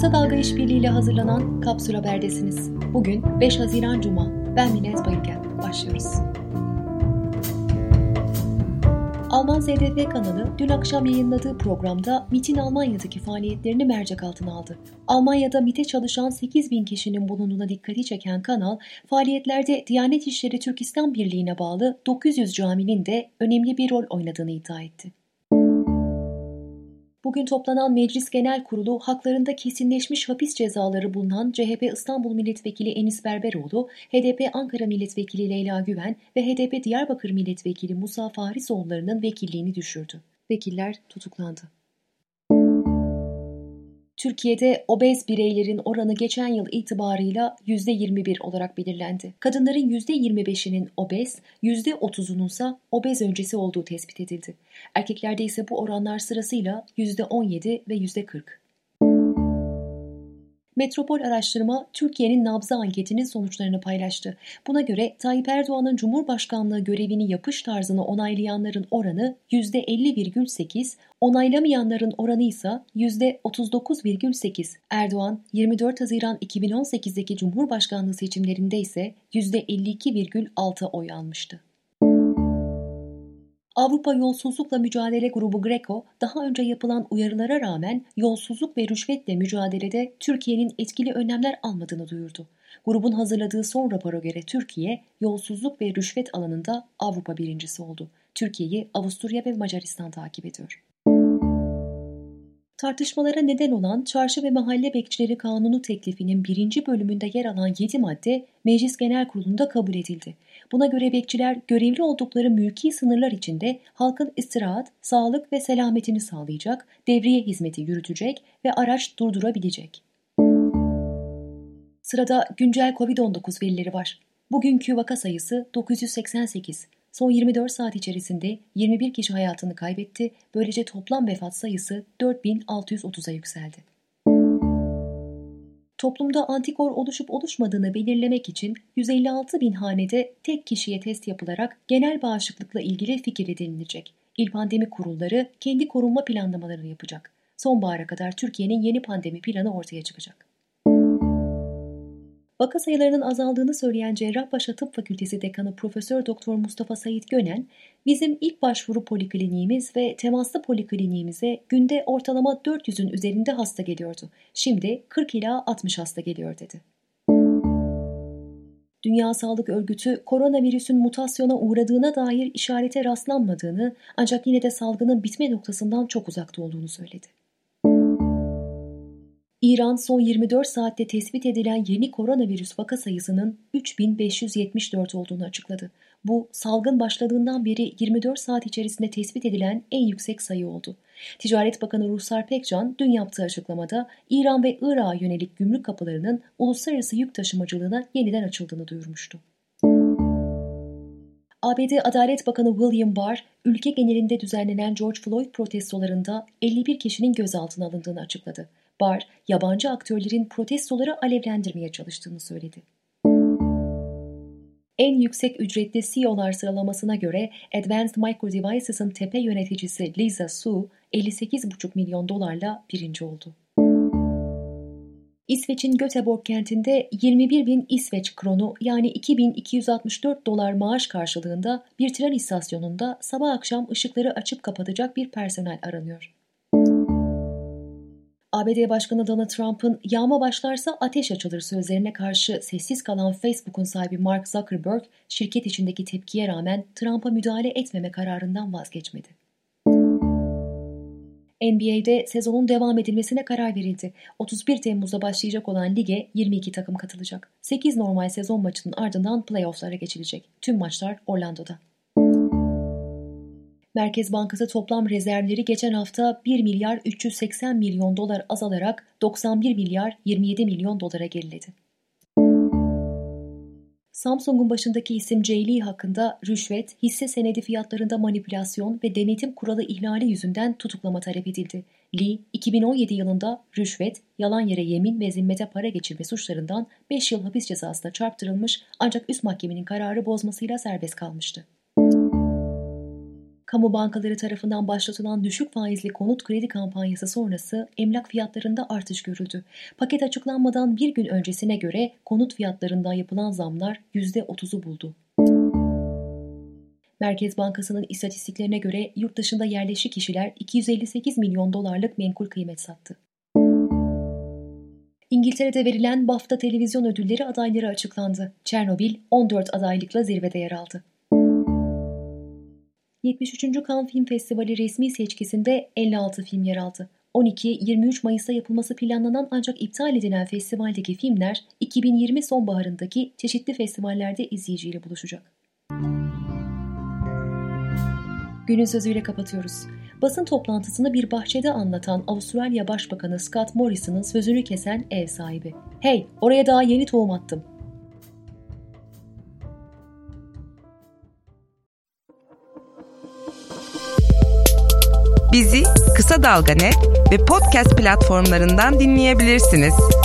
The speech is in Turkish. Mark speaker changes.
Speaker 1: Kısa Dalga İşbirliği ile hazırlanan Kapsül Haber'desiniz. Bugün 5 Haziran Cuma. Ben Minez Bayülgen. Başlıyoruz. Alman ZDF kanalı dün akşam yayınladığı programda MİT'in Almanya'daki faaliyetlerini mercek altına aldı. Almanya'da MİT'e çalışan 8.000 kişinin bulunduğuna dikkati çeken kanal, faaliyetlerde Diyanet İşleri Türk İslam Birliği'ne bağlı 900 caminin de önemli bir rol oynadığını iddia etti. Bugün toplanan Meclis Genel Kurulu, haklarında kesinleşmiş hapis cezaları bulunan CHP İstanbul Milletvekili Enis Berberoğlu, HDP Ankara Milletvekili Leyla Güven ve HDP Diyarbakır Milletvekili Musa Fahrisoğulları'nın vekilliğini düşürdü. Vekiller tutuklandı. Türkiye'de obez bireylerin oranı geçen yıl itibarıyla %21 olarak belirlendi. Kadınların %25'inin obez, %30'unun ise obez öncesi olduğu tespit edildi. Erkeklerde ise bu oranlar sırasıyla %17 ve %40. Metropol Araştırma, Türkiye'nin nabzı anketinin sonuçlarını paylaştı. Buna göre Tayyip Erdoğan'ın Cumhurbaşkanlığı görevini yapış tarzını onaylayanların oranı %50,8, onaylamayanların oranı ise %39,8. Erdoğan, 24 Haziran 2018'deki Cumhurbaşkanlığı seçimlerinde ise %52,6 oy almıştı. Avrupa Yolsuzlukla Mücadele Grubu GRECO, daha önce yapılan uyarılara rağmen yolsuzluk ve rüşvetle mücadelede Türkiye'nin etkili önlemler almadığını duyurdu. Grubun hazırladığı son rapora göre Türkiye, yolsuzluk ve rüşvet alanında Avrupa birincisi oldu. Türkiye'yi Avusturya ve Macaristan takip ediyor. Tartışmalara neden olan Çarşı ve Mahalle Bekçileri Kanunu teklifinin 1. bölümünde yer alan 7 madde Meclis Genel Kurulu'nda kabul edildi. Buna göre bekçiler görevli oldukları mülki sınırlar içinde halkın istirahat, sağlık ve selametini sağlayacak, devriye hizmeti yürütecek ve araç durdurabilecek. Sırada güncel COVID-19 verileri var. Bugünkü vaka sayısı 988. Son 24 saat içerisinde 21 kişi hayatını kaybetti. Böylece toplam vefat sayısı 4630'a yükseldi. Toplumda antikor oluşup oluşmadığını belirlemek için 156 bin hanede tek kişiye test yapılarak genel bağışıklıkla ilgili fikir edinilecek. İl pandemi kurulları kendi korunma planlamalarını yapacak. Sonbahara kadar Türkiye'nin yeni pandemi planı ortaya çıkacak. Vaka sayılarının azaldığını söyleyen Cerrahpaşa Tıp Fakültesi Dekanı Profesör Doktor Mustafa Sait Gönen, bizim ilk başvuru polikliniğimiz ve temaslı polikliniğimize günde ortalama 400'ün üzerinde hasta geliyordu. Şimdi 40 ila 60 hasta geliyor dedi. Dünya Sağlık Örgütü, koronavirüsün mutasyona uğradığına dair işarete rastlanmadığını, ancak yine de salgının bitme noktasından çok uzakta olduğunu söyledi. İran son 24 saatte tespit edilen yeni koronavirüs vaka sayısının 3574 olduğunu açıkladı. Bu, salgın başladığından beri 24 saat içerisinde tespit edilen en yüksek sayı oldu. Ticaret Bakanı Ruhsar Pekcan dün yaptığı açıklamada İran ve Irak'a yönelik gümrük kapılarının uluslararası yük taşımacılığına yeniden açıldığını duyurmuştu. ABD Adalet Bakanı William Barr, ülke genelinde düzenlenen George Floyd protestolarında 51 kişinin gözaltına alındığını açıkladı. Barr, yabancı aktörlerin protestoları alevlendirmeye çalıştığını söyledi. En yüksek ücretli CEO'lar sıralamasına göre Advanced Micro Devices'ın tepe yöneticisi Lisa Su, $58,5 milyon birinci oldu. İsveç'in Göteborg kentinde 21.000 İsveç kronu yani $2.264 maaş karşılığında bir tren istasyonunda sabah akşam ışıkları açıp kapatacak bir personel aranıyor. ABD Başkanı Donald Trump'ın "yağma başlarsa ateş açılır" sözlerine karşı sessiz kalan Facebook'un sahibi Mark Zuckerberg, şirket içindeki tepkiye rağmen Trump'a müdahale etmeme kararından vazgeçmedi. NBA'de sezonun devam edilmesine karar verildi. 31 Temmuz'da başlayacak olan lige 22 takım katılacak. 8 normal sezon maçının ardından playoff'lara geçilecek. Tüm maçlar Orlando'da. Merkez Bankası toplam rezervleri geçen hafta 1 milyar 380 milyon dolar azalarak 91 milyar 27 milyon dolara geriledi. Samsung'un başındaki isim Jay Lee hakkında rüşvet, hisse senedi fiyatlarında manipülasyon ve denetim kuralı ihlali yüzünden tutuklama talep edildi. Lee, 2017 yılında rüşvet, yalan yere yemin ve zimmete para geçirme suçlarından 5 yıl hapis cezasına çarptırılmış ancak üst mahkemenin kararı bozmasıyla serbest kalmıştı. Kamu bankaları tarafından başlatılan düşük faizli konut kredi kampanyası sonrası emlak fiyatlarında artış görüldü. Paket açıklanmadan bir gün öncesine göre konut fiyatlarında yapılan zamlar %30'u buldu. Merkez Bankası'nın istatistiklerine göre yurt dışında yerleşik kişiler 258 milyon dolarlık menkul kıymet sattı. İngiltere'de verilen BAFTA televizyon ödülleri adayları açıklandı. Çernobil 14 adaylıkla zirvede yer aldı. 73. Cannes Film Festivali resmi seçkisinde 56 film yer aldı. 12-23 Mayıs'ta yapılması planlanan ancak iptal edilen festivaldeki filmler 2020 sonbaharındaki çeşitli festivallerde izleyiciyle buluşacak. Günün sözüyle kapatıyoruz. Basın toplantısını bir bahçede anlatan Avustralya Başbakanı Scott Morrison'ın sözünü kesen ev sahibi. "Hey, oraya daha yeni tohum attım."
Speaker 2: Bizi Kısa Dalga Net ve podcast platformlarından dinleyebilirsiniz.